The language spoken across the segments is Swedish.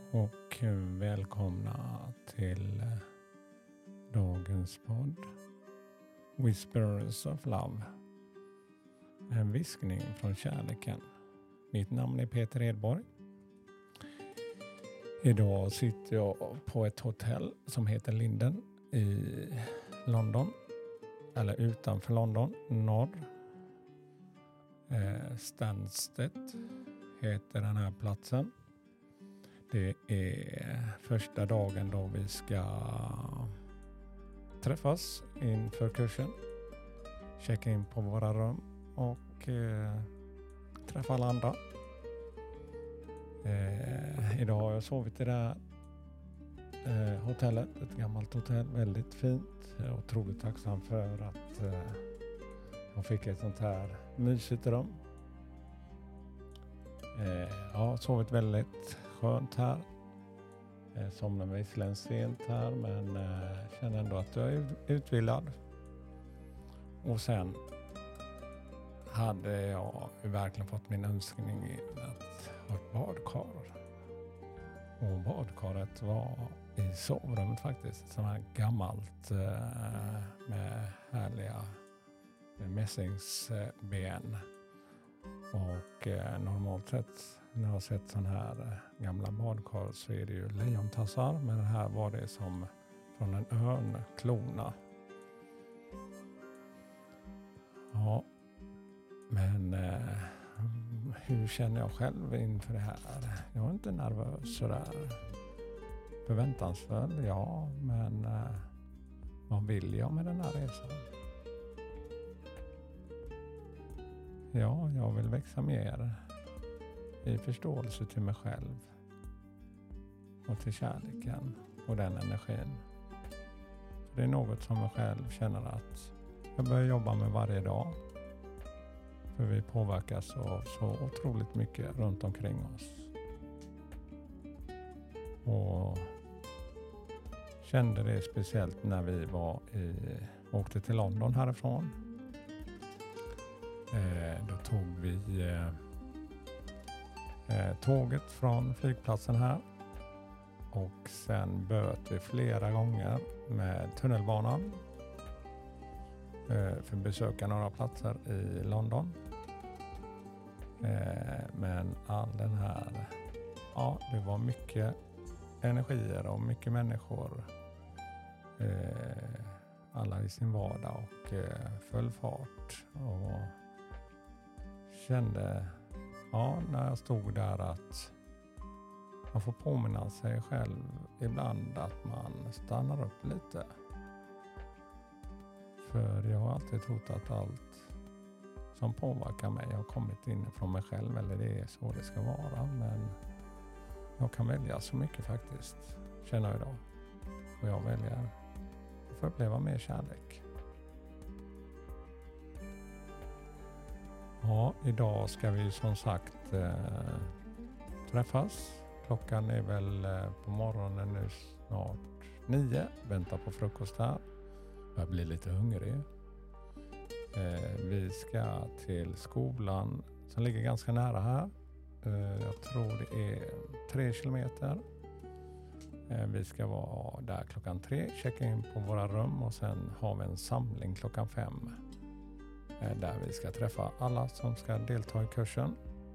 och välkomna till dagens podd Whispers of Love. En viskning från kärleken. Mitt namn är Peter Edborg. Idag sitter jag på ett hotell som heter Linden i London. Eller utanför London, norr. Stansted heter den här platsen. Det är första dagen då vi ska träffas inför kursen. Checka in på våra rum och träffa alla andra. Idag har jag sovit i det här hotellet. Ett gammalt hotell, väldigt fint. Jag är otroligt tacksam för att jag fick ett sånt här mysigt rum. Jag har sovit väldigt skönt här. Somnade visserligen sent här, men känner ändå att jag är utvilad. Och sen hade jag verkligen fått min önskning att ha ett badkar. Och badkaret var i sovrummet faktiskt. Sådant här gammalt med härliga mässingsben. Och normalt sett när jag har sett sån här gamla badkar så är det ju lejontassar. Men här var det som från en örnklona. Ja, men hur känner jag själv inför det här? Jag är inte nervös sådär. Förväntansfull, ja, men vad vill jag med den här resan? Ja, jag vill växa mer i förståelse till mig själv och till kärleken och den energin. Det är något som jag själv känner att jag börjar jobba med varje dag. För vi påverkas av så otroligt mycket runt omkring oss. Och kände det speciellt när vi åkte till London härifrån. Då tog vi tåget från flygplatsen här. Och sen böt vi flera gånger med tunnelbanan. För att besöka några platser i London. Men all den här, ja, det var mycket energier och mycket människor. Alla i sin vardag och full fart. Och kände, ja, när jag stod där att man får påminna sig själv ibland att man stannar upp lite. För jag har alltid trott att allt som påverkar mig har kommit in från mig själv, eller det är så det ska vara. Men jag kan välja så mycket faktiskt, känner jag idag. Och jag väljer att få uppleva mer kärlek. Ja, idag ska vi som sagt träffas. Klockan är väl på morgonen nu snart 9. Väntar på frukost här. Jag blir lite hungrig. Vi ska till skolan som ligger ganska nära här. Jag tror det är 3 kilometer. Vi ska vara där klockan 3. Checka in på våra rum och sen har vi en samling klockan 5. Där vi ska träffa alla som ska delta i kursen.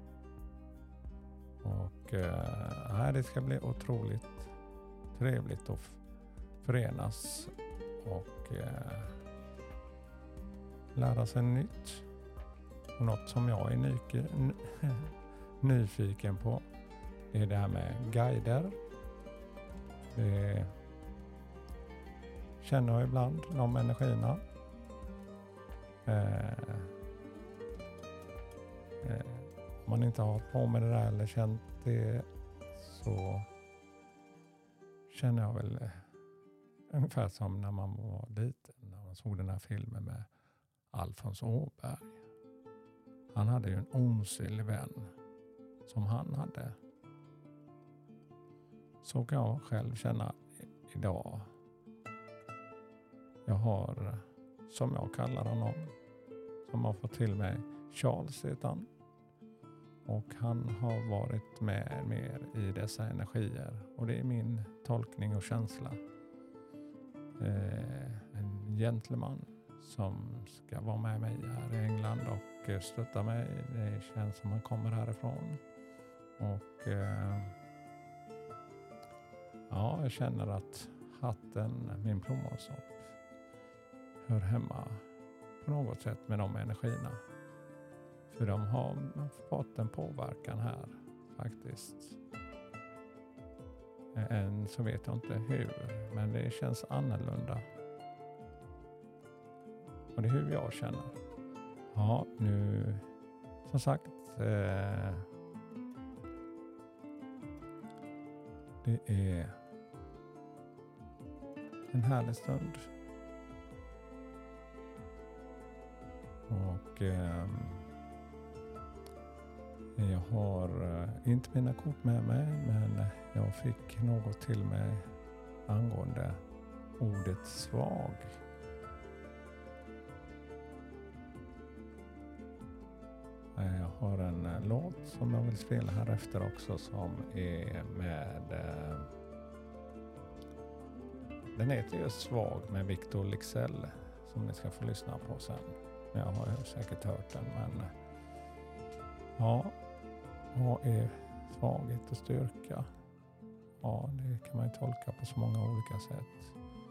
Och det ska bli otroligt trevligt att förenas och lära sig nytt. Och något som jag är nyfiken på är det här med guider. Det känner jag ibland, de energierna. Om man inte har hållit på med det där eller känt det, så känner jag väl ungefär som när man var liten. När man såg den här filmen med Alfons Åberg. Han hade ju en osynlig vän som han hade. Så kan jag själv känna idag. Jag har, som jag kallar honom, som har fått till mig, Charles heter han. Och han har varit med mer i dessa energier. Och det är min tolkning och känsla. En gentleman som ska vara med mig här i England och stötta mig. Det känns som han kommer härifrån. Och ja, jag känner att hatten, min plommonsopp, hör hemma på något sätt med de energierna. För de har fått en påverkan här faktiskt. Än så vet jag inte hur, men det känns annorlunda. Och det är hur jag känner. Ja, nu som sagt, det är en härlig stund. Och jag har inte mina kort med mig, men jag fick något till mig angående ordet svag. Jag har en låt som jag vill spela här efter också som är med den heter just Svag med Victor Leksell som ni ska få lyssna på sen. Jag har säkert hört den, men ja, vad är svaghet och styrka? Ja, det kan man ju tolka på så många olika sätt.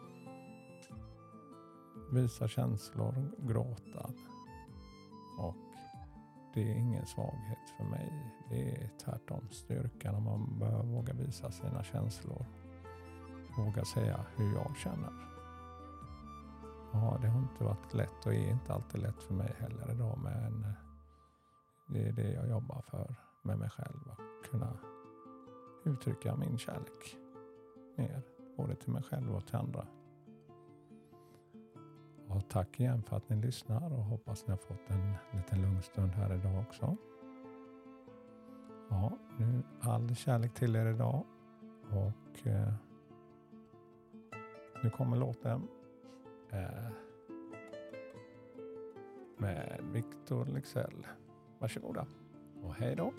Visa känslor, gråta. Och det är ingen svaghet för mig. Det är tvärtom styrka när man bör våga visa sina känslor. Våga säga hur jag känner. Ja, det har inte varit lätt och är inte alltid lätt för mig heller idag. Men det är det jag jobbar för med mig själv. Att kunna uttrycka min kärlek mer. Både till mig själv och till andra. Och tack igen för att ni lyssnar och hoppas ni har fått en liten lugn stund här idag också. Ja, nu all kärlek till er idag. Och nu kommer låten med Victor Leksell. Varsågoda och hej då.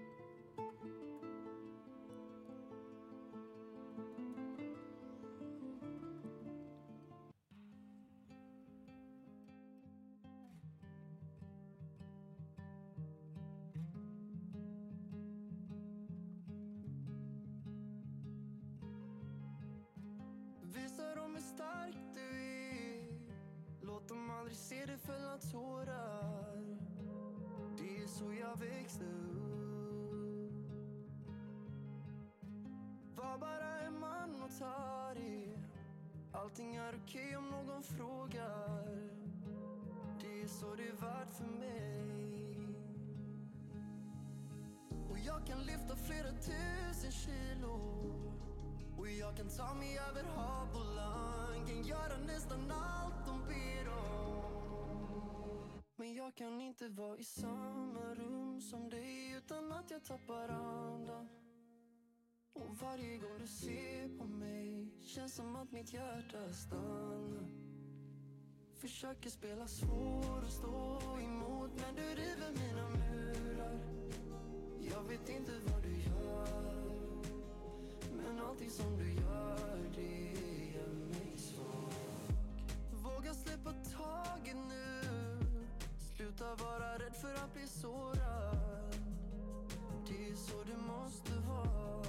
Visa dem hur stark du är. Låt dem aldrig se dig fälla tårar. Det är så jag växte upp. Var bara en man och ta det. Allting är okej om någon frågar. Det är så det är värt för mig. Och jag kan lyfta flera 1000 kilo. Och jag kan ta mig över hav och land. Kan göra nästan allt de ber om. Men jag kan inte vara i samma rum som dig utan att jag tappar andan. Och varje gång du ser på mig känns som att mitt hjärta stannar. Försöker spela svår och stå emot, men du river mina murar. Jag vet inte vad du gör, men allting som du gör, det gör mig svag. Våga släppa taget nu. Sluta vara rädd för att bli sårad. Det är så det måste vara.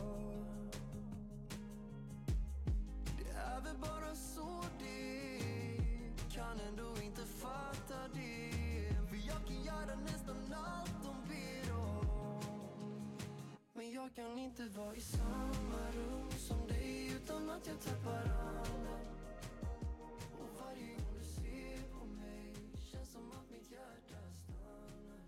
Det är väl bara så det kan ändå inte fatta det. För jag kan göra nästan allt de ber om. Men jag kan inte vara i samma rum som dig utan att jag tappar andan.